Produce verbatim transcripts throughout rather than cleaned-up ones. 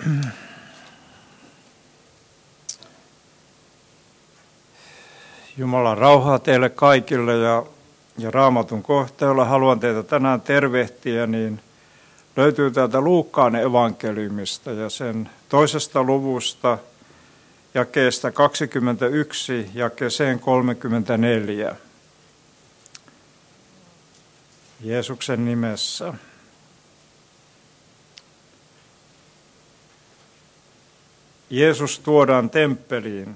Jumalan rauhaa teille kaikille ja, ja Raamatun kohteella haluan teitä tänään tervehtiä, niin löytyy täältä Luukkaan evankeliumista ja sen toisesta luvusta jakeesta kaksikymmentäyksi jakeeseen kolmekymmentäneljä. Jeesuksen nimessä. Jeesus tuodaan temppeliin.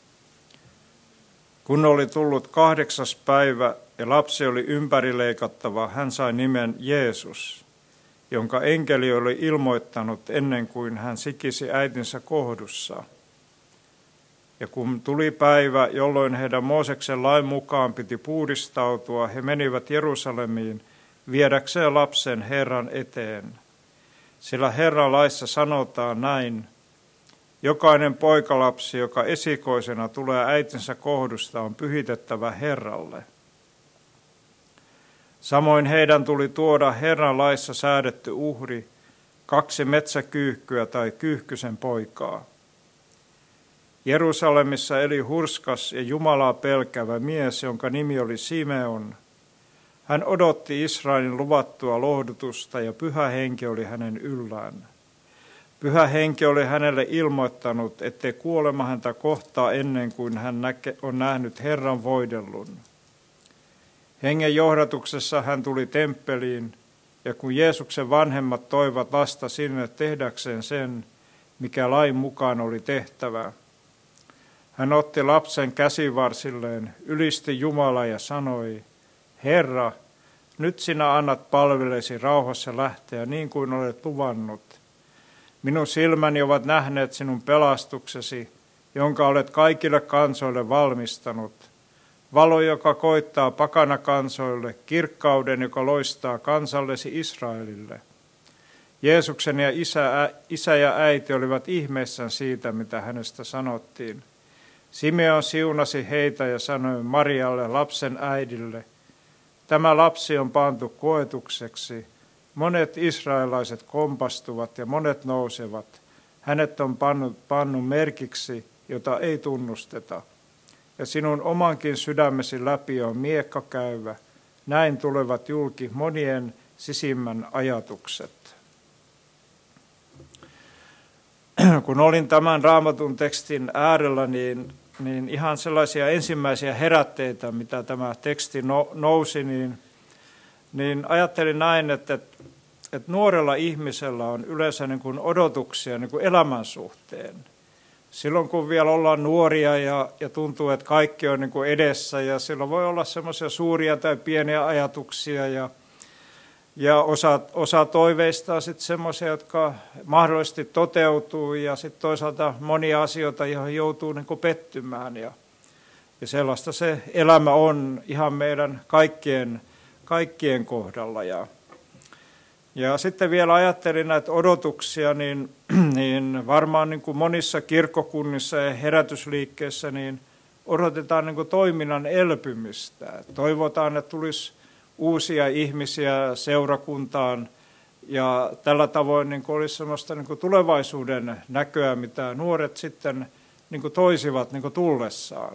Kun oli tullut kahdeksas päivä ja lapsi oli ympärileikattava, hän sai nimen Jeesus, jonka enkeli oli ilmoittanut ennen kuin hän sikisi äitinsä kohdussa. Ja kun tuli päivä, jolloin heidän Mooseksen lain mukaan piti puhdistautua, he menivät Jerusalemiin viedäkseen lapsen Herran eteen. Sillä Herran laissa sanotaan näin: jokainen poikalapsi, joka esikoisena tulee äitinsä kohdusta, on pyhitettävä Herralle. Samoin heidän tuli tuoda Herran laissa säädetty uhri, kaksi metsäkyyhkyä tai kyyhkysen poikaa. Jerusalemissa eli hurskas ja Jumalaa pelkävä mies, jonka nimi oli Simeon. Hän odotti Israelin luvattua lohdutusta ja Pyhä Henki oli hänen yllään. Pyhä Henki oli hänelle ilmoittanut, ettei kuolema häntä kohtaa ennen kuin hän näke, on nähnyt Herran voidellun. Hengen johdatuksessa hän tuli temppeliin, ja kun Jeesuksen vanhemmat toivat lasta sinne tehdäkseen sen, mikä lain mukaan oli tehtävä, hän otti lapsen käsivarsilleen, ylisti Jumalaa ja sanoi: Herra, nyt sinä annat palvelesi rauhassa lähteä niin kuin olet luvannut. Minun silmäni ovat nähneet sinun pelastuksesi, jonka olet kaikille kansoille valmistanut. Valo, joka koittaa pakana kansoille, kirkkauden, joka loistaa kansallesi Israelille. Jeesuksen ja isä, isä ja äiti olivat ihmeissään siitä, mitä hänestä sanottiin. Simeon siunasi heitä ja sanoi Marialle, lapsen äidille: tämä lapsi on pantu koetukseksi. Monet israelaiset kompastuvat ja monet nousevat. Hänet on pannu, pannu merkiksi, jota ei tunnusteta. Ja sinun omankin sydämesi läpi on miekka käyvä. Näin tulevat julki monien sisimmän ajatukset. Kun olin tämän Raamatun tekstin äärellä, niin, niin ihan sellaisia ensimmäisiä herätteitä, mitä tämä teksti nousi, niin Niin ajattelin näin, että, että nuorella ihmisellä on yleensä niin kuin odotuksia niin kuin elämän suhteen. Silloin kun vielä ollaan nuoria ja, ja tuntuu, että kaikki on niin kuin edessä ja silloin voi olla semmoisia suuria tai pieniä ajatuksia ja, ja osa, osa toiveista on sitten semmoisia, jotka mahdollisesti toteutuu ja sitten toisaalta monia asioita, joihin joutuu niin kuin pettymään ja, ja sellaista se elämä on ihan meidän kaikkien kaikkien kohdalla. Ja, ja sitten vielä ajattelin näitä odotuksia, niin, niin varmaan niin kuin monissa kirkkokunnissa ja herätysliikkeissä niin odotetaan niin kuin toiminnan elpymistä. Toivotaan, että tulisi uusia ihmisiä seurakuntaan ja tällä tavoin niin kuin olisi sellaista niin kuin tulevaisuuden näköä, mitä nuoret sitten niin kuin toisivat niin kuin tullessaan.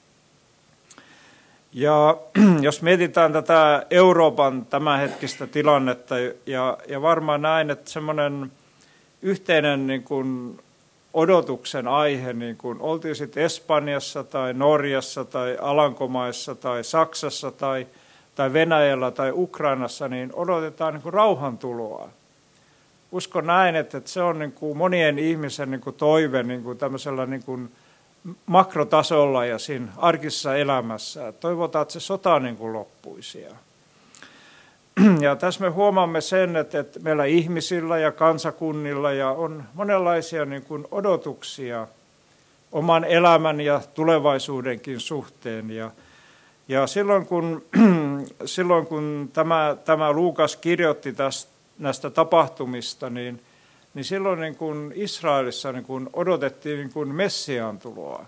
Ja jos mietitään tätä Euroopan tämänhetkistä tilannetta, ja, ja varmaan näin, että semmoinen yhteinen niin kuin odotuksen aihe, niin kuin oltiin sitten Espanjassa tai Norjassa tai Alankomaissa tai Saksassa tai, tai Venäjällä tai Ukrainassa, niin odotetaan niin kuin rauhantuloa. Uskon näin, että, että se on niin kuin monien ihmisen niin kuin toive niin kuin tämmöisellä niin kuin makrotasolla ja siinä arkisessa elämässä. Toivotaan, että se sota niin kuin loppuisi. Ja tässä me huomaamme sen, että, että meillä ihmisillä ja kansakunnilla ja on monenlaisia niin kuin odotuksia oman elämän ja tulevaisuudenkin suhteen. Ja, ja silloin kun, silloin kun tämä, tämä Luukas kirjoitti tästä, näistä tapahtumista, niin niin silloin niin kuin Israelissa niin kuin odotettiin niin kuin Messiaan tuloa.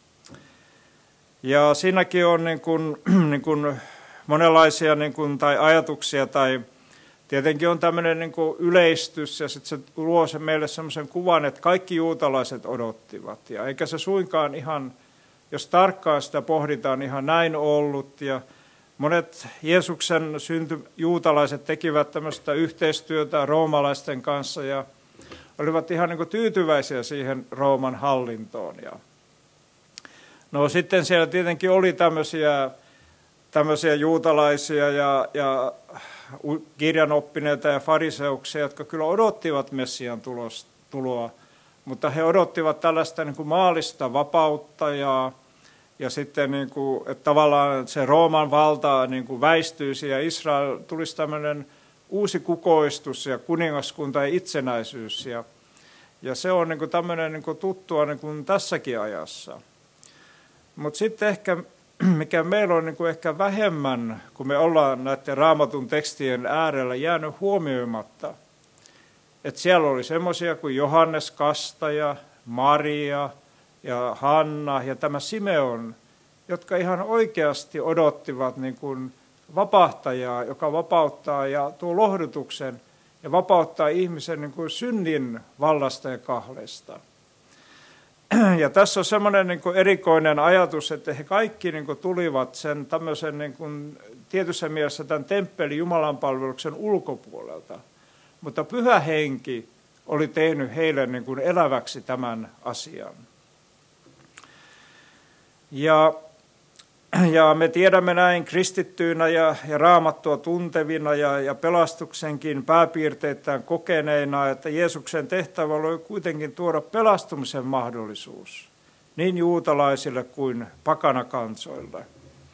Ja siinäkin on niin kuin, niin kuin monenlaisia niin kuin, tai ajatuksia tai, tietenkin on tämmöinen niin kuin yleistys ja sitten se luo se meille semmoisen kuvan, että kaikki juutalaiset odottivat. Ja eikä se suinkaan ihan, jos tarkkaan sitä pohditaan, ihan näin ollut. Ja monet Jeesuksen synty juutalaiset tekivät tämmöistä yhteistyötä roomalaisten kanssa ja olivat ihan niin kuin tyytyväisiä siihen Rooman hallintoon. Ja no sitten siellä tietenkin oli tämmöisiä, tämmöisiä juutalaisia ja, ja kirjanoppineita ja fariseuksia, jotka kyllä odottivat Messian tuloa, mutta he odottivat tällaista niin kuin maallista vapautta ja, ja sitten niin kuin, että tavallaan se Rooman valta niin kuin väistyisi ja Israel tulisi tämmöinen uusi kukoistus ja kuningaskunta ja itsenäisyys. Ja, ja se on niin kuin tämmöinen niin kuin tuttua niin kuin tässäkin ajassa. Mutta sitten ehkä, mikä meillä on niin kuin ehkä vähemmän, kun me ollaan näiden Raamatun tekstien äärellä jäänyt huomioimatta, että siellä oli semmoisia kuin Johannes Kastaja, Maria ja Hanna ja tämä Simeon, jotka ihan oikeasti odottivat niin kuin vapahtajaa, joka vapauttaa ja tuo lohdutuksen ja vapauttaa ihmisen niin kuin synnin vallasta ja kahlesta. Ja tässä on semmoinen niin kuin erikoinen ajatus, että he kaikki niin kuin tulivat sen tämmöisen niin kuin, tietyssä mielessä tämän temppelin Jumalanpalveluksen ulkopuolelta. Mutta Pyhä Henki oli tehnyt heille niin kuin eläväksi tämän asian. Ja, ja me tiedämme näin kristittyinä ja, ja Raamattua tuntevina ja, ja pelastuksenkin pääpiirteittäin kokeneina, että Jeesuksen tehtävä oli kuitenkin tuoda pelastumisen mahdollisuus niin juutalaisille kuin pakanakansoille.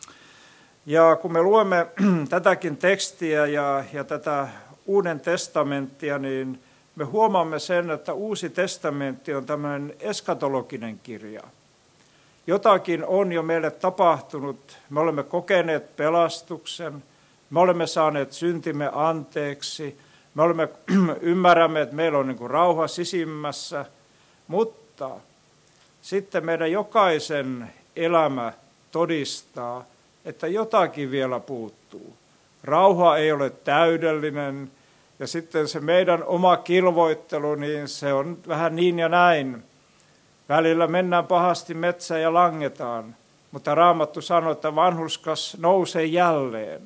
Ja kun me luemme tätäkin tekstiä ja, ja tätä Uuden testamenttia, niin me huomaamme sen, että Uusi testamentti on tämmöinen eskatologinen kirja. Jotakin on jo meille tapahtunut, me olemme kokeneet pelastuksen, me olemme saaneet syntimme anteeksi, me olemme, ymmärrämme, että meillä on niin kuin rauha sisimmässä, mutta sitten meidän jokaisen elämä todistaa, että jotakin vielä puuttuu. Rauha ei ole täydellinen ja sitten se meidän oma kilvoittelu, niin se on vähän niin ja näin. Välillä mennään pahasti metsään ja langetaan, mutta Raamattu sanoo, että vanhurskas nousee jälleen.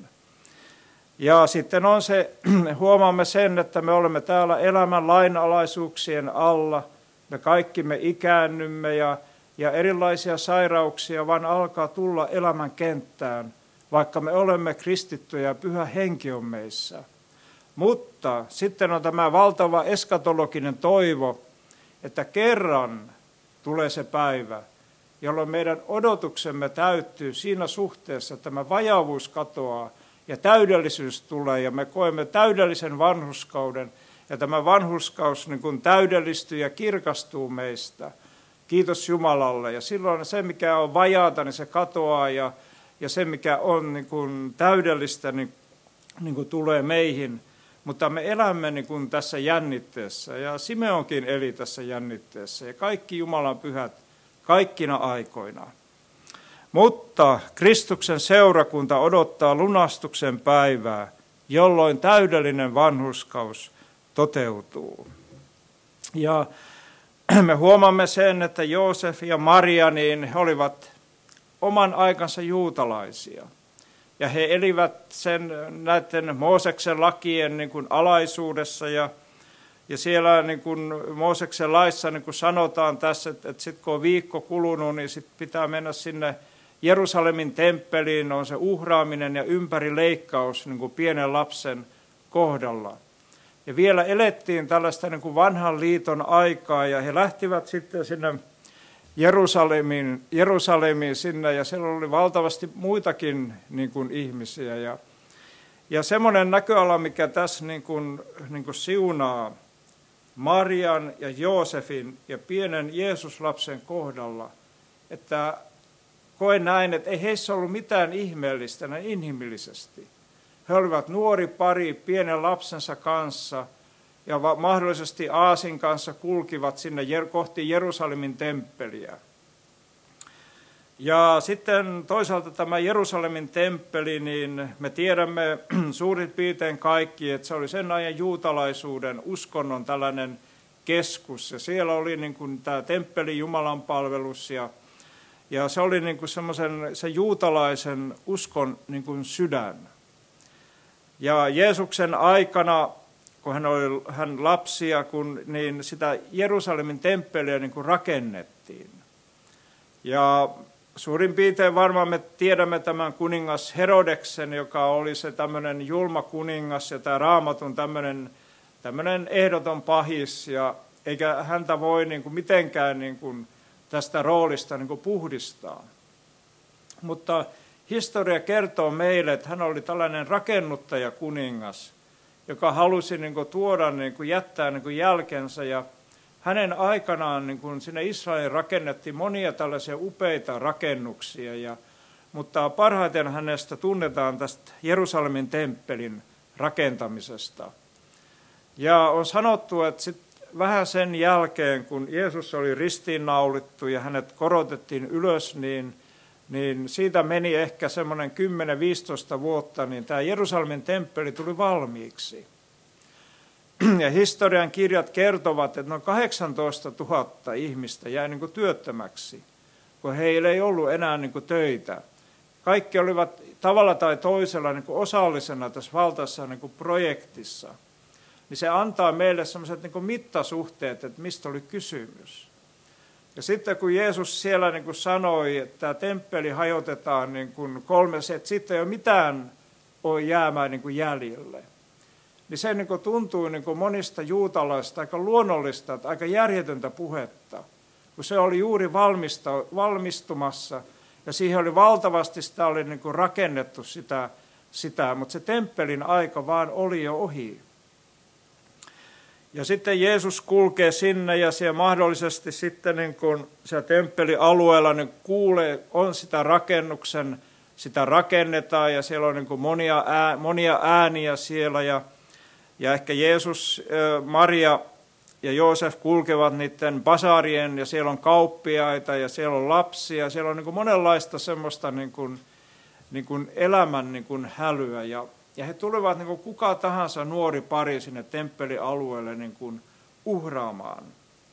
Ja sitten on se, huomaamme sen, että me olemme täällä elämän lainalaisuuksien alla. Me kaikki me ikäännymme ja, ja erilaisia sairauksia vaan alkaa tulla elämän kenttään, vaikka me olemme kristittyjä ja Pyhä Henki on meissä. Mutta sitten on tämä valtava eskatologinen toivo, että kerran tulee se päivä, jolloin meidän odotuksemme täyttyy siinä suhteessa, että tämä vajavuus katoaa ja täydellisyys tulee ja me koemme täydellisen vanhurskauden ja tämä vanhurskaus niin kuin täydellistyy ja kirkastuu meistä. Kiitos Jumalalle. Ja silloin se, mikä on vajaata, niin se katoaa ja, ja se, mikä on niin kuin täydellistä, niin, niin kuin tulee meihin. Mutta me elämme niin kuin tässä jännitteessä ja Simeonkin eli tässä jännitteessä ja kaikki Jumalan pyhät kaikkina aikoina. Mutta Kristuksen seurakunta odottaa lunastuksen päivää, jolloin täydellinen vanhurskaus toteutuu. Ja me huomaamme sen, että Joosef ja Maria niin he olivat oman aikansa juutalaisia. Ja he elivät sen näiden Mooseksen lakien niin kuin alaisuudessa ja, ja siellä niin kuin Mooseksen laissa niin kuin sanotaan tässä, että, että sitten kun on viikko kulunut, niin sit pitää mennä sinne Jerusalemin temppeliin, on se uhraaminen ja ympärileikkaus niin kuin pienen lapsen kohdalla. Ja vielä elettiin tällaista niin kuin vanhan liiton aikaa ja he lähtivät sitten sinne Jerusalemiin, Jerusalemiin sinne ja siellä oli valtavasti muitakin niin kuin ihmisiä. Ja, ja semmoinen näköala, mikä tässä niin kuin, niin kuin siunaa Marian ja Joosefin ja pienen Jeesuslapsen kohdalla, että koen näin, että ei heissä ollut mitään ihmeellistä näin inhimillisesti. He olivat nuori pari pienen lapsensa kanssa ja mahdollisesti Aasin kanssa kulkivat sinne kohti Jerusalemin temppeliä. Ja sitten toisaalta tämä Jerusalemin temppeli, niin me tiedämme suurin piirtein kaikki, että se oli sen ajan juutalaisuuden uskonnon tällainen keskus. Ja siellä oli niin kuin tämä temppeli Jumalan palvelus ja, ja se oli niin kuin semmoisen se juutalaisen uskon niin kuin sydän. Ja Jeesuksen aikana, kun hän oli hän lapsia, kun, niin sitä Jerusalemin temppeliä niin kuin rakennettiin. Ja suurin piirtein varmaan me tiedämme tämän kuningas Herodeksen, joka oli se tämmöinen julma kuningas ja tämä Raamatun tämmöinen, tämmöinen ehdoton pahis, ja eikä häntä voi niin kuin mitenkään niin kuin tästä roolista niin kuin puhdistaa. Mutta historia kertoo meille, että hän oli tällainen rakennuttajakuningas, joka halusi niin kuin tuoda, niin kuin jättää niin kuin jälkensä, ja hänen aikanaan niin kuin sinne Israeliin rakennettiin monia tällaisia upeita rakennuksia, ja, mutta parhaiten hänestä tunnetaan tästä Jerusalemin temppelin rakentamisesta. Ja on sanottu, että sit vähän sen jälkeen, kun Jeesus oli ristiinnaulittu ja hänet korotettiin ylös, niin, niin siitä meni ehkä semmoinen kymmenen viisitoista vuotta, niin tämä Jerusalemin temppeli tuli valmiiksi. Ja historian kirjat kertovat, että noin kahdeksantoista tuhatta ihmistä jäi niin kuin työttömäksi, kun heillä ei ollut enää niin kuin töitä. Kaikki olivat tavalla tai toisella niin kuin osallisena tässä valtaisessa niin kuin projektissa. Niin se antaa meille sellaiset niin kuin mittasuhteet, että mistä oli kysymys. Ja sitten kun Jeesus siellä niin kuin sanoi, että tämä temppeli hajotetaan niin kuin kolme, että sitten ei ole mitään ole jäämään niin kuin jäljelle. Niin se niin kuin tuntuu niin kuin monista juutalaisista aika luonnollista, että aika järjetöntä puhetta, kun se oli juuri valmista, valmistumassa ja siihen oli valtavasti sitä oli niin kuin rakennettu sitä, sitä, mutta se temppelin aika vaan oli jo ohi. Ja sitten Jeesus kulkee sinne ja siellä mahdollisesti sitten niin kuin siellä temppelialueella niin kuulee, on sitä rakennuksen, sitä rakennetaan ja siellä on niin kuin monia, ää, monia ääniä siellä ja Ja ehkä Jeesus, Maria ja Joosef kulkevat niiden basaarien ja siellä on kauppiaita ja siellä on lapsia. Siellä on niin kuin monenlaista semmoista niin kuin, niin kuin elämän niin kuin hälyä. Ja, ja he tulevat niin kuin kuka tahansa nuori pari sinne temppelialueelle niin kuin uhraamaan.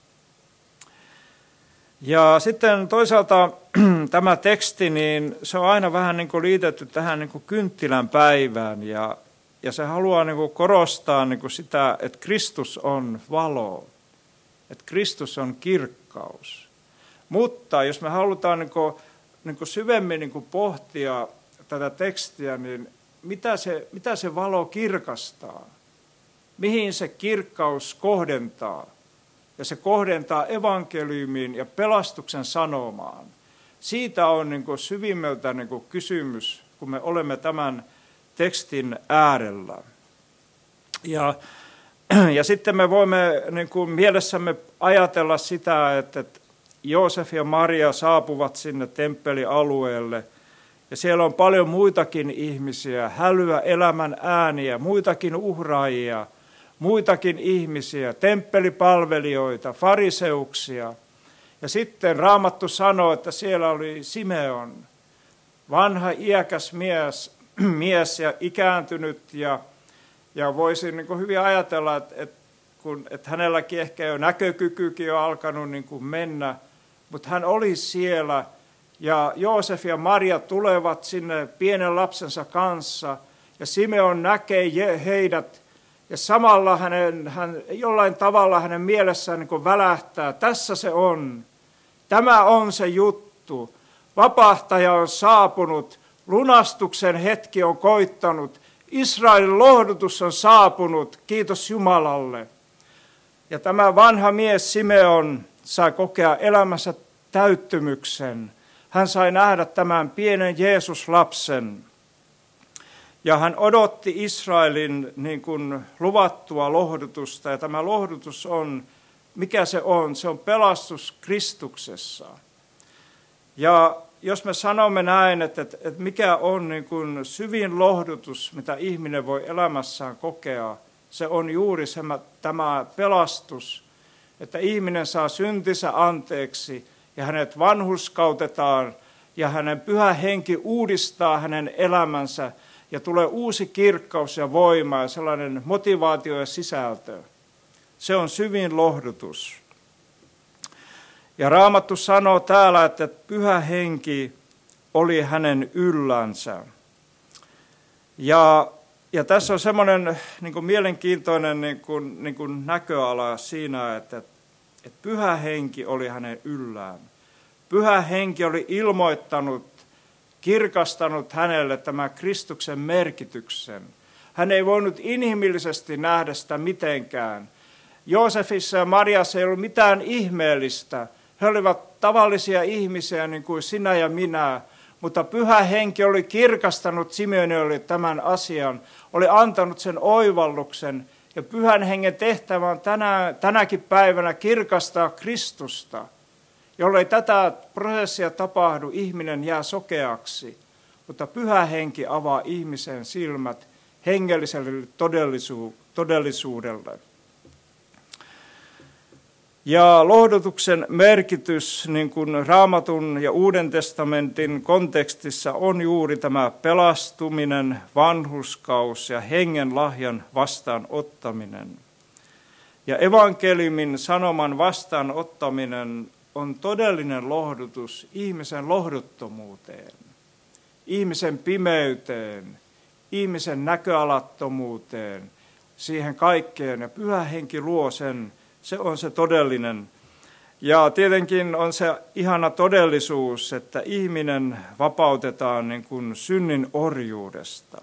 Ja sitten toisaalta tämä teksti, niin se on aina vähän niin kuin liitetty tähän niin kuin kynttilän päivään ja Ja se haluaa niin kuin korostaa niin kuin sitä, että Kristus on valo, että Kristus on kirkkaus. Mutta jos me halutaan niin kuin, niin kuin syvemmin niin kuin pohtia tätä tekstiä, niin mitä se, mitä se valo kirkastaa? Mihin se kirkkaus kohdentaa? Ja se kohdentaa evankeliumiin ja pelastuksen sanomaan. Siitä on niin kuin syvimmältä niin kuin kysymys, kun me olemme tämän tekstin äärellä. Ja, ja sitten me voimme niin kuin mielessämme ajatella sitä, että, että Joosef ja Maria saapuvat sinne temppelialueelle, ja siellä on paljon muitakin ihmisiä, hälyä elämän ääniä, muitakin uhraajia, muitakin ihmisiä, temppelipalvelijoita, fariseuksia. Ja sitten Raamattu sanoo, että siellä oli Simeon, vanha iäkäs mies, mies ja ikääntynyt ja, ja voisin niin kuin hyvin ajatella, että, että, kun, että hänelläkin ehkä jo näkökykykin on alkanut niin kuin mennä, mutta hän oli siellä ja Joosef ja Maria tulevat sinne pienen lapsensa kanssa ja Simeon näkee heidät ja samalla hänen, hän, jollain tavalla hänen mielessään niin kuin välähtää, tässä se on, tämä on se juttu, vapahtaja on saapunut, lunastuksen hetki on koittanut, Israelin lohdutus on saapunut, kiitos Jumalalle. Ja tämä vanha mies Simeon sai kokea elämänsä täyttymyksen. Hän sai nähdä tämän pienen Jeesus-lapsen. Ja hän odotti Israelin niin kuin luvattua lohdutusta. Ja tämä lohdutus on, mikä se on? Se on pelastus Kristuksessa. Ja jos me sanomme näin, että, että, että mikä on niin kuin syvin lohdutus, mitä ihminen voi elämässään kokea, se on juuri se, tämä pelastus, että ihminen saa syntinsä anteeksi ja hänet vanhurskautetaan ja hänen pyhä henki uudistaa hänen elämänsä ja tulee uusi kirkkaus ja voima ja sellainen motivaatio ja sisältö. Se on syvin lohdutus. Ja Raamattu sanoo täällä, että pyhä henki oli hänen yllänsä. Ja, ja tässä on semmoinen niin kuin mielenkiintoinen niin kuin, niin kuin näköala siinä, että, että pyhä henki oli hänen yllään. Pyhä henki oli ilmoittanut, kirkastanut hänelle tämän Kristuksen merkityksen. Hän ei voinut inhimillisesti nähdä sitä mitenkään. Joosefissa ja Mariassa ei ollut mitään ihmeellistä. He olivat tavallisia ihmisiä niin kuin sinä ja minä, mutta pyhä henki oli kirkastanut Simeonille tämän asian, oli antanut sen oivalluksen, ja pyhän hengen tehtävä on tänä, tänäkin päivänä kirkastaa Kristusta. Jollei tätä prosessia tapahdu, ihminen jää sokeaksi, mutta pyhä henki avaa ihmisen silmät hengelliselle todellisu- todellisuudelle. Ja lohdutuksen merkitys niin kuin Raamatun ja Uuden testamentin kontekstissa on juuri tämä pelastuminen, vanhurskaus ja hengen lahjan vastaanottaminen. Ja evankeliumin sanoman vastaanottaminen on todellinen lohdutus ihmisen lohduttomuuteen, ihmisen pimeyteen, ihmisen näköalattomuuteen, siihen kaikkeen. Ja pyhä henki luo sen. Se on se todellinen. Ja tietenkin on se ihana todellisuus, että ihminen vapautetaan niin kuin synnin orjuudesta.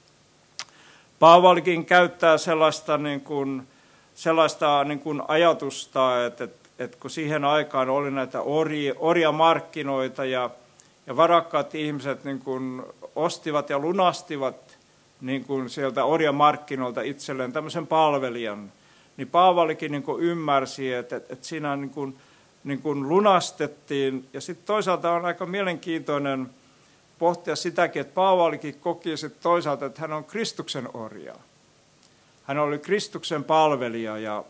Paavalikin käyttää sellaista, niin kuin, sellaista niin kuin ajatusta, että, että, että kun siihen aikaan oli näitä orja, orjamarkkinoita ja, ja varakkaat ihmiset niin kuin ostivat ja lunastivat niin kuin sieltä orjamarkkinoilta itselleen tämmöisen palvelijan, niin Paavalikin niin kuin ymmärsi, että, että siinä niin kuin, niin kuin lunastettiin. Ja sitten toisaalta on aika mielenkiintoinen pohtia sitäkin, että Paavalikin koki sitten toisaalta, että hän on Kristuksen orja. Hän oli Kristuksen palvelija ja,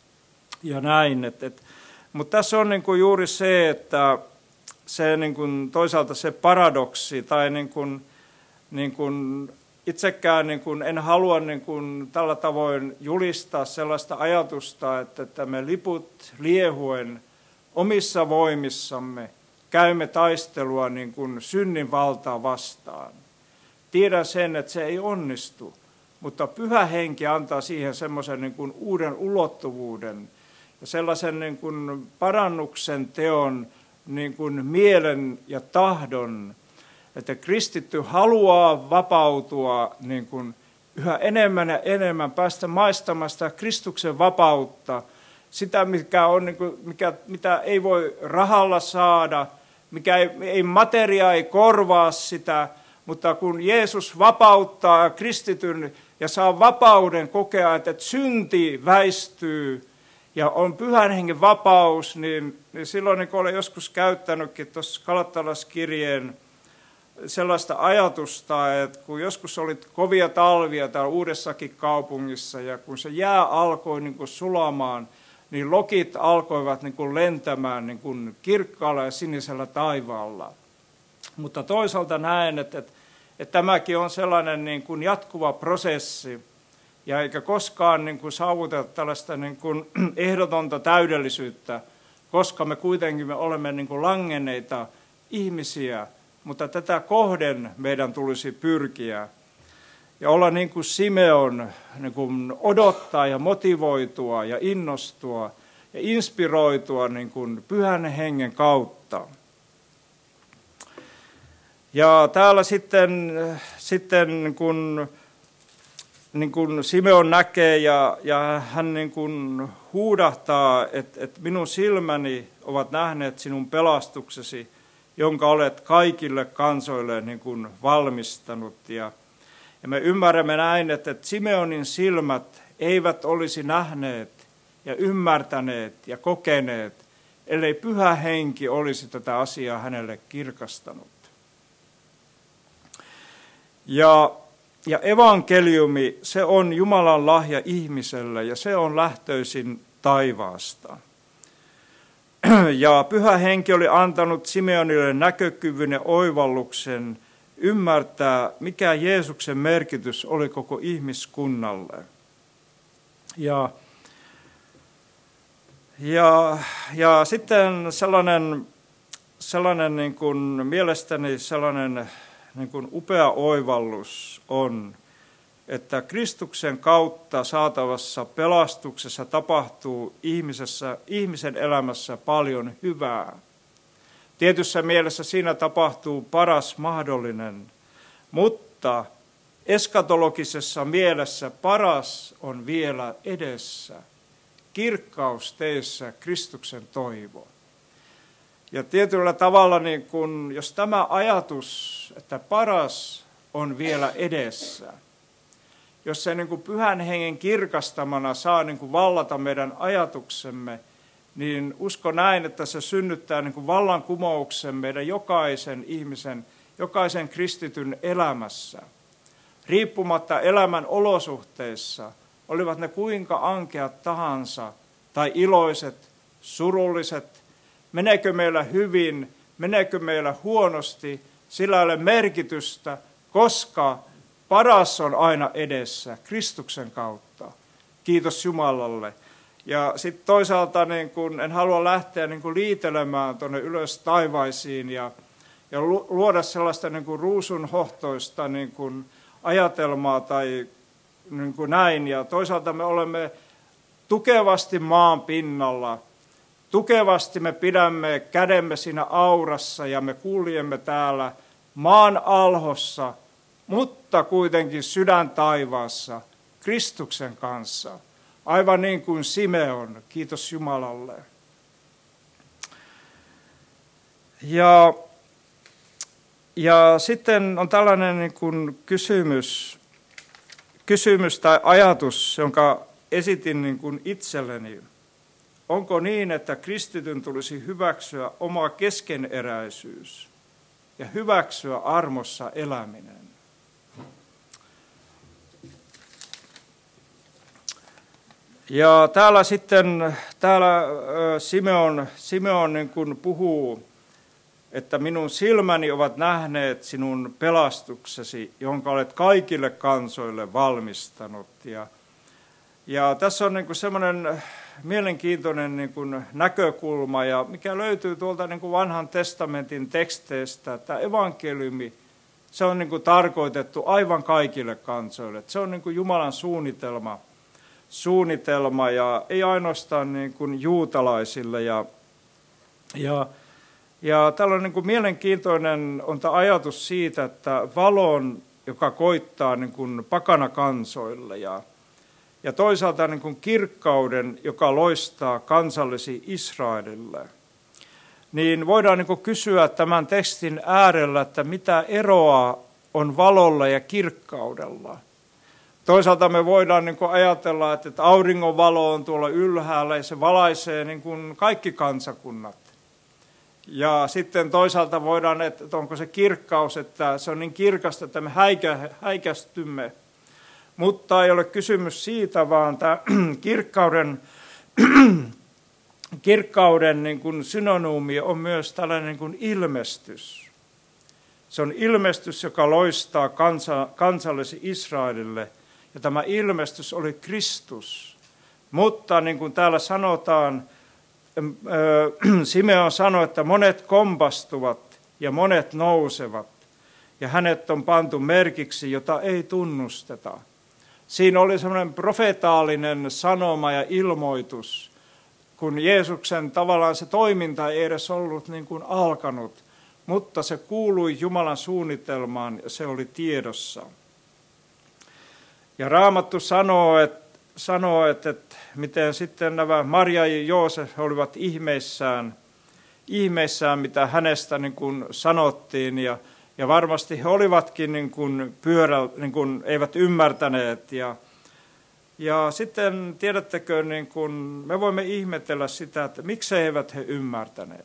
ja näin. Et, et, mutta tässä on niin kuin juuri se, että se niin kuin toisaalta se paradoksi tai niin kuin, niin kuin itsekään niin kuin en halua niin kuin tällä tavoin julistaa sellaista ajatusta, että, että me liput liehuen omissa voimissamme käymme taistelua niin kuin synnin valtaa vastaan. Tiedän sen, että se ei onnistu, mutta pyhä henki antaa siihen semmoisen niin kuin uuden ulottuvuuden ja sellaisen niin kuin parannuksen teon niin kuin mielen ja tahdon, että kristitty haluaa vapautua niin kuin yhä enemmän ja enemmän, päästä maistamaan sitä Kristuksen vapautta, sitä, mikä on, niin kuin, mikä, mitä ei voi rahalla saada, mikä ei, ei materia ei korvaa sitä, mutta kun Jeesus vapauttaa kristityn ja saa vapauden kokea, että synti väistyy ja on pyhän hengen vapaus, niin, niin silloin niin olen joskus käyttänytkin tuossa Galatalaiskirjeen sellaista ajatusta, että kun joskus oli kovia talvia täällä uudessakin kaupungissa ja kun se jää alkoi niin kuin sulamaan, niin lokit alkoivat niin kuin lentämään niin kuin kirkkaalla ja sinisellä taivaalla. Mutta toisaalta näen, että, että, että tämäkin on sellainen niin kuin jatkuva prosessi ja eikä koskaan niin kuin saavuteta tällaista niin kuin ehdotonta täydellisyyttä, koska me kuitenkin me olemme niin kuin langenneita ihmisiä, mutta tätä kohden meidän tulisi pyrkiä ja olla niin kuin Simeon, niin kuin odottaa ja motivoitua ja innostua ja inspiroitua niin kuin pyhän hengen kautta. Ja täällä sitten, sitten kun, niin kuin Simeon näkee ja, ja hän niin kuin huudahtaa, että, että minun silmäni ovat nähneet sinun pelastuksesi, jonka olet kaikille kansoille niin kuin valmistanut. Ja, ja me ymmärrämme näin, että, että Simeonin silmät eivät olisi nähneet ja ymmärtäneet ja kokeneet, ellei pyhä henki olisi tätä asiaa hänelle kirkastanut. Ja, ja evankeliumi, se on Jumalan lahja ihmiselle ja se on lähtöisin taivaasta. Ja Pyhä Henki oli antanut Simeonille näkökyvyn ja oivalluksen ymmärtää, mikä Jeesuksen merkitys oli koko ihmiskunnalle. Ja, ja, ja sitten sellainen, sellainen niin kuin, mielestäni sellainen niin kuin upea oivallus on, että Kristuksen kautta saatavassa pelastuksessa tapahtuu ihmisessä, ihmisen elämässä paljon hyvää. Tietyssä mielessä siinä tapahtuu paras mahdollinen, mutta eskatologisessa mielessä paras on vielä edessä. Kirkkaus teissä, Kristuksen toivo. Ja tietyllä tavalla, niin kun, jos tämä ajatus, että paras on vielä edessä, jos se niin kuin Pyhän Hengen kirkastamana saa niin kuin vallata meidän ajatuksemme, niin usko näin, että se synnyttää niin kuin vallankumouksen meidän jokaisen ihmisen, jokaisen kristityn elämässä. Riippumatta elämän olosuhteissa, olivat ne kuinka ankeat tahansa, tai iloiset, surulliset, meneekö meillä hyvin, meneekö meillä huonosti, sillä ei ole merkitystä, koska paras on aina edessä Kristuksen kautta. Kiitos Jumalalle. Ja sitten toisaalta niin kun en halua lähteä niin kun liitelemään tuonne ylös taivaisiin ja, ja luoda sellaista niin kun ruusunhohtoista niin kun ajatelmaa tai niin kun näin. Ja toisaalta me olemme tukevasti maan pinnalla. Tukevasti me pidämme kädemme siinä aurassa ja me kuljemme täällä maan alhossa, mutta kuitenkin sydän taivaassa Kristuksen kanssa. Aivan niin kuin Simeon, kiitos Jumalalle. Ja, ja sitten on tällainen niin kuin kysymys, kysymys tai ajatus, jonka esitin niin kuin itselleni. Onko niin, että kristityn tulisi hyväksyä oma keskeneräisyys ja hyväksyä armossa eläminen? Ja täällä sitten täällä Simeon, Simeon niin kuin puhuu, että minun silmäni ovat nähneet sinun pelastuksesi, jonka olet kaikille kansoille valmistanut. Ja, ja tässä on niin kuin semmoinen mielenkiintoinen niin kuin näkökulma, ja mikä löytyy tuolta niin kuin vanhan testamentin teksteistä, että evankeliumi, se on niin kuin tarkoitettu aivan kaikille kansoille. Se on niin kuin Jumalan suunnitelma. suunnitelma ja ei ainoastaan niin kuin juutalaisille. Ja, ja, ja tällainen niin kuin mielenkiintoinen on tämä ajatus siitä, että valon, joka koittaa niin kuin pakanakansoille ja, ja toisaalta niin kuin kirkkauden, joka loistaa kansallisi Israelille, niin voidaan niin kuin kysyä tämän tekstin äärellä, että mitä eroa on valolla ja kirkkaudella. Toisaalta me voidaan niin kuin ajatella, että auringon valo on tuolla ylhäällä ja se valaisee niin kuin kaikki kansakunnat. Ja sitten toisaalta voidaan, että onko se kirkkaus, että se on niin kirkasta, että me häikä, häikästymme. Mutta ei ole kysymys siitä, vaan tämä kirkkauden, kirkkauden niin kuin synonyymi on myös tällainen niin kuin ilmestys. Se on ilmestys, joka loistaa kansa, kansallisi Israelille. Ja tämä ilmestys oli Kristus. Mutta niin kuin täällä sanotaan, Simeon sanoi, että monet kompastuvat ja monet nousevat. Ja hänet on pantu merkiksi, jota ei tunnusteta. Siinä oli semmoinen profetaalinen sanoma ja ilmoitus, kun Jeesuksen tavallaan se toiminta ei edes ollut niin kuin alkanut. Mutta se kuului Jumalan suunnitelmaan ja se oli tiedossa. Ja Raamattu sanoo, että, sanoo, että, että miten sitten nämä Maria ja Joosef olivat ihmeissään, ihmeissään mitä hänestä niin kuin sanottiin. Ja, ja varmasti he olivatkin niin kuin pyörä, niin kuin eivät ymmärtäneet. Ja, ja sitten tiedättekö, niin kuin me voimme ihmetellä sitä, että miksi eivät he ymmärtäneet.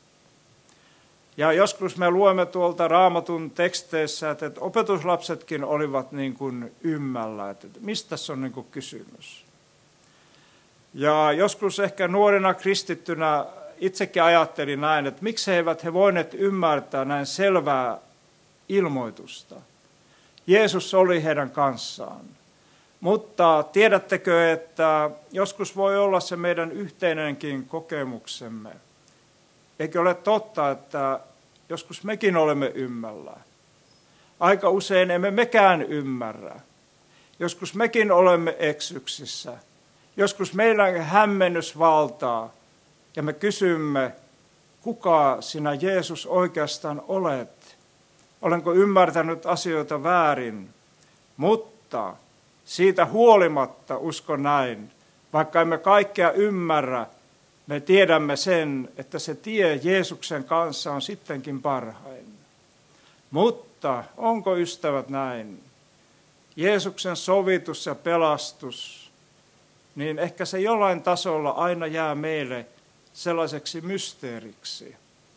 Ja joskus me luemme tuolta Raamatun teksteissä, että opetuslapsetkin olivat niin kuin ymmällä, että mistä tässä on niin kuin kysymys. Ja joskus ehkä nuorena kristittynä itsekin ajattelin näin, että miksi eivät he voineet ymmärtää näin selvää ilmoitusta. Jeesus oli heidän kanssaan. Mutta tiedättekö, että joskus voi olla se meidän yhteinenkin kokemuksemme. Eikö ole totta, että joskus mekin olemme ymmällä. Aika usein emme mekään ymmärrä. Joskus mekin olemme eksyksissä. Joskus meillä hämmennys valtaa ja me kysymme, kuka sinä Jeesus oikeastaan olet? Olenko ymmärtänyt asioita väärin? Mutta siitä huolimatta uskon näin, vaikka emme kaikkea ymmärrä, me tiedämme sen, että se tie Jeesuksen kanssa on sittenkin parhain. Mutta onko ystävät näin? Jeesuksen sovitus ja pelastus, niin ehkä se jollain tasolla aina jää meille sellaiseksi mysteeriksi.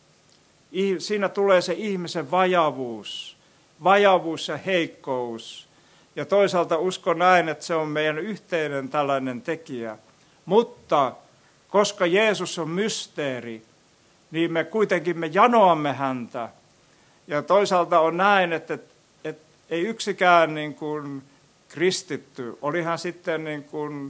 Siinä tulee se ihmisen vajavuus, vajavuus ja heikkous. Ja toisaalta uskon näin, että se on meidän yhteinen tällainen tekijä. Mutta koska Jeesus on mysteeri, niin me kuitenkin me janoamme häntä. Ja toisaalta on näin, että, että, että ei yksikään niin kuin kristitty, oli hän sitten niin kuin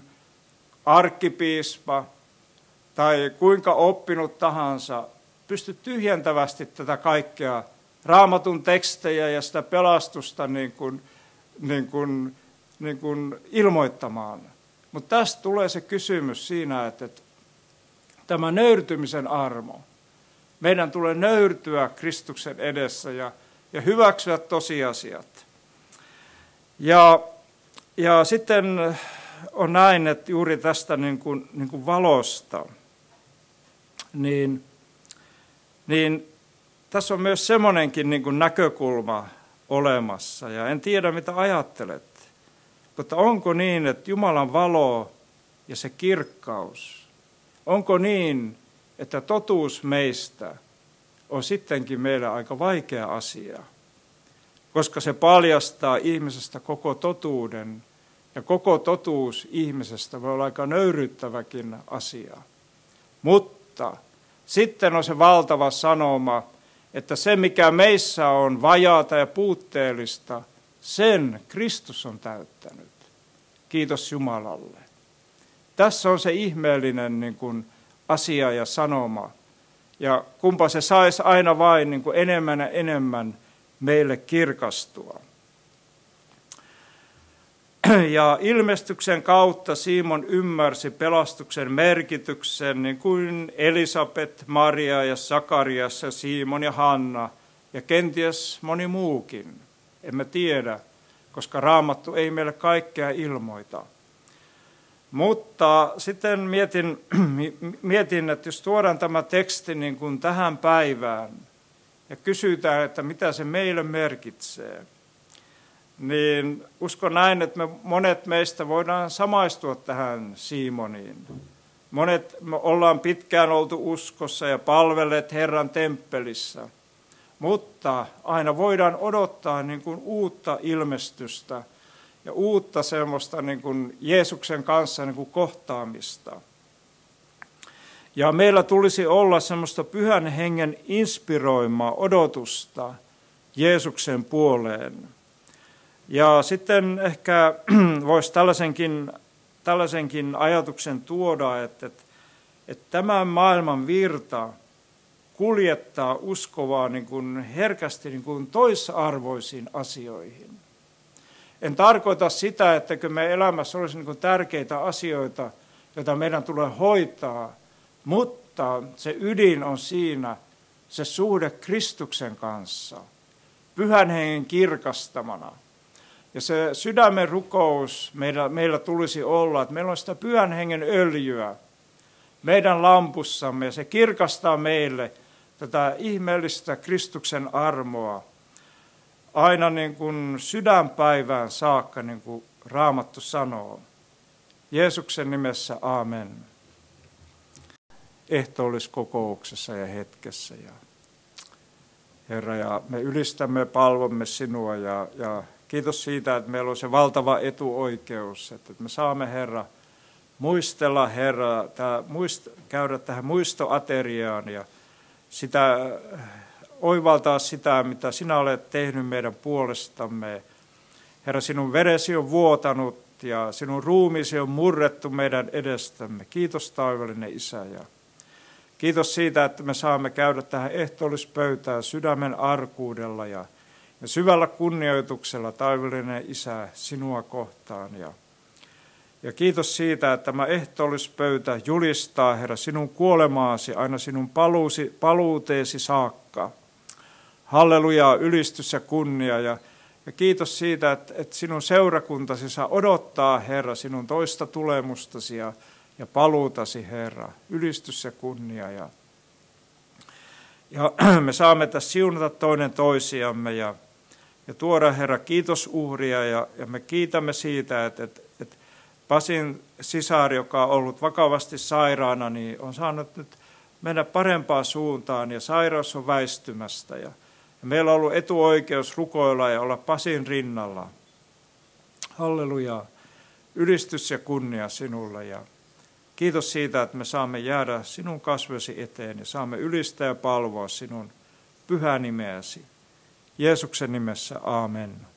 arkkipiispa tai kuinka oppinut tahansa, pysty tyhjentävästi tätä kaikkea Raamatun tekstejä ja sitä pelastusta niin kuin, niin kuin, niin kuin ilmoittamaan. Mutta tästä tulee se kysymys siinä, että, että tämä nöyrtymisen armo, meidän tulee nöyrtyä Kristuksen edessä ja, ja hyväksyä tosiasiat. Ja, ja sitten on näin, että juuri tästä niin kuin, niin kuin valosta, niin, niin tässä on myös semmoinenkin niin kuin näkökulma olemassa. Ja en tiedä, mitä ajattelet, mutta onko niin, että Jumalan valo ja se kirkkaus, onko niin, että totuus meistä on sittenkin meille aika vaikea asia, koska se paljastaa ihmisestä koko totuuden, ja koko totuus ihmisestä voi olla aika nöyryttäväkin asia. Mutta sitten on se valtava sanoma, että se mikä meissä on vajaata ja puutteellista, sen Kristus on täyttänyt. Kiitos Jumalalle. Tässä on se ihmeellinen niin kuin, asia ja sanoma. Ja kumpa se saisi aina vain niin kuin enemmän ja enemmän meille kirkastua. Ja ilmestyksen kautta Simon ymmärsi pelastuksen merkityksen, niin kuin Elisabet, Maria ja Sakarias ja Simon ja Hanna ja kenties moni muukin. Emme tiedä, koska Raamattu ei meille kaikkea ilmoita. Mutta sitten mietin, mietin, että jos tuodaan tämä teksti niin kuin tähän päivään ja kysytään, että mitä se meille merkitsee, niin uskon näin, että me, monet meistä voidaan samaistua tähän Simoniin. Monet me ollaan pitkään oltu uskossa ja palvelleet Herran temppelissä, mutta aina voidaan odottaa niin kuin uutta ilmestystä ja uutta semmoista niin kuin Jeesuksen kanssa niin kuin kohtaamista. Ja meillä tulisi olla semmoista Pyhän Hengen inspiroimaa odotusta Jeesuksen puoleen. Ja sitten ehkä voisi tällaisenkin, tällaisenkin ajatuksen tuoda, että, että, että tämän maailman virta kuljettaa uskovaa niin kuin herkästi niin kuin toisarvoisiin asioihin. En tarkoita sitä, että me elämässä olisi niin kuin tärkeitä asioita, joita meidän tulee hoitaa, mutta se ydin on siinä se suhde Kristuksen kanssa, Pyhän Hengen kirkastamana. Ja se sydämen rukous meillä, meillä tulisi olla, että meillä on sitä Pyhän Hengen öljyä meidän lampussamme, ja se kirkastaa meille tätä ihmeellistä Kristuksen armoa aina niin kuin sydänpäivään saakka, niin kuin Raamattu sanoo. Jeesuksen nimessä, aamen. Ehtoolliskokouksessa ja hetkessä. Ja Herra, ja me ylistämme, palvomme sinua ja, ja kiitos siitä, että meillä on se valtava etuoikeus, että me saamme, Herra, muistella, Herra, tää, muist, käydä tähän muistoateriaan ja sitä, oivaltaa sitä, mitä sinä olet tehnyt meidän puolestamme. Herra, sinun veresi on vuotanut ja sinun ruumiisi on murrettu meidän edestämme. Kiitos taivallinen Isä ja kiitos siitä, että me saamme käydä tähän ehtoollispöytään sydämen arkuudella ja, ja syvällä kunnioituksella, taivallinen Isä, sinua kohtaan. Ja, ja kiitos siitä, että tämä ehtoollispöytä julistaa, Herra, sinun kuolemaasi aina sinun paluusi, paluuteesi saakka. Halleluja, ylistys ja kunnia. Ja, ja kiitos siitä, että, että sinun seurakuntasi saa odottaa, Herra, sinun toista tulemustasi ja ja paluutasi, Herra, ylistys ja kunnia. Ja, ja me saamme tässä siunata toinen toisiamme ja, ja tuoda, Herra, kiitosuhria. Ja, ja me kiitämme siitä, että, että, että Pasin sisar, joka on ollut vakavasti sairaana, niin on saanut nyt mennä parempaan suuntaan ja sairaus on väistymästä. Ja, ja meillä on ollut etuoikeus rukoilla ja olla Pasin rinnalla. Halleluja, ylistys ja kunnia sinulle. Ja kiitos siitä, että me saamme jäädä sinun kasvosi eteen ja saamme ylistää ja palvoa sinun pyhää nimeäsi. Jeesuksen nimessä, aamen.